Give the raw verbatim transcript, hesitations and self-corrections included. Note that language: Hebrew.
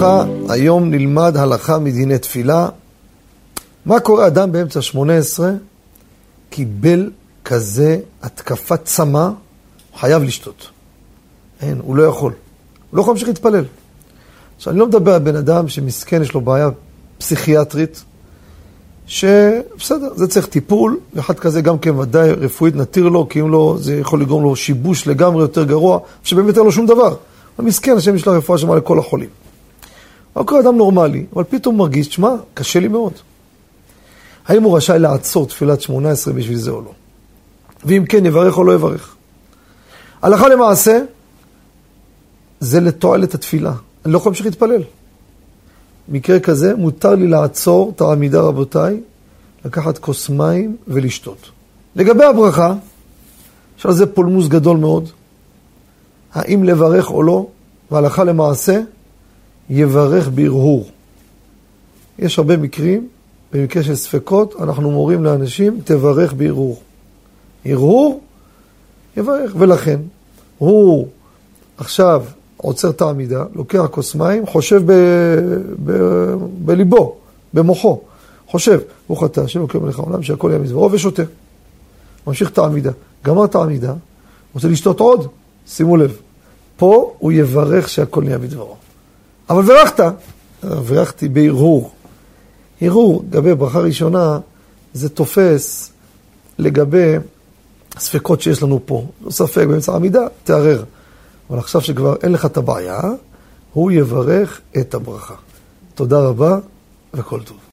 וברכה. היום נלמד הלכה מדיני תפילה. מה קורה אדם באמצע שמונה עשרה? קיבל כזה התקפת צמא, הוא חייב לשתות. אין, הוא לא יכול. הוא לא יכול להמשיך להתפלל. עכשיו, אני לא מדבר על בן אדם שמסכן, יש לו בעיה פסיכיאטרית, שבסדר, זה צריך טיפול, ואחד כזה גם כן ודאי רפואית נתיר לו, כי אם לא, זה יכול לגרום לו שיבוש לגמרי יותר גרוע, שבאמת אין לו שום דבר. הוא מסכן, השם יש לה רפואה שמה לכל החולים. הוא קורא אדם נורמלי, אבל פתאום מרגיש, תשמע, קשה לי מאוד. האם הוא רשאי לעצור תפילת שמונה עשרה בשביל זה או לא? ואם כן, יברך או לא יברך. הלכה למעשה, זה לתועלת התפילה. אני לא יכול להמשיך להתפלל. מקרה כזה, מותר לי לעצור את העמידה, רבותיי, לקחת כוס מים ולשתות. לגבי הברכה, יש על זה פולמוס גדול מאוד. האם לברך או לא, והלכה למעשה, יברך בהרהור. יש הרבה מקרים, במקרה של ספקות, אנחנו מורים לאנשים, תברך בהרהור. הרהור, יברך. ולכן, הוא עכשיו עוצר את העמידה, לוקח כוס מים, חושב ב, ב, בליבו, במוחו. חושב, הוא חטא, השם אלוקים מלך העולם, שהכל יהיה מזבחו, ושותה. ממשיך את העמידה. גמר את העמידה, רוצה לשתות עוד, שימו לב. פה הוא יברך שהכל נהיה בדברו. אבל ברכת, ברכתי בהרהור. הרהור, לגבי ברכה ראשונה, זה תופס לגבי ספקות שיש לנו פה. לא ספק, באמצע העמידה, תערר. אבל עכשיו שכבר אין לך את הבעיה, הוא יברך את הברכה. תודה רבה וכל טוב.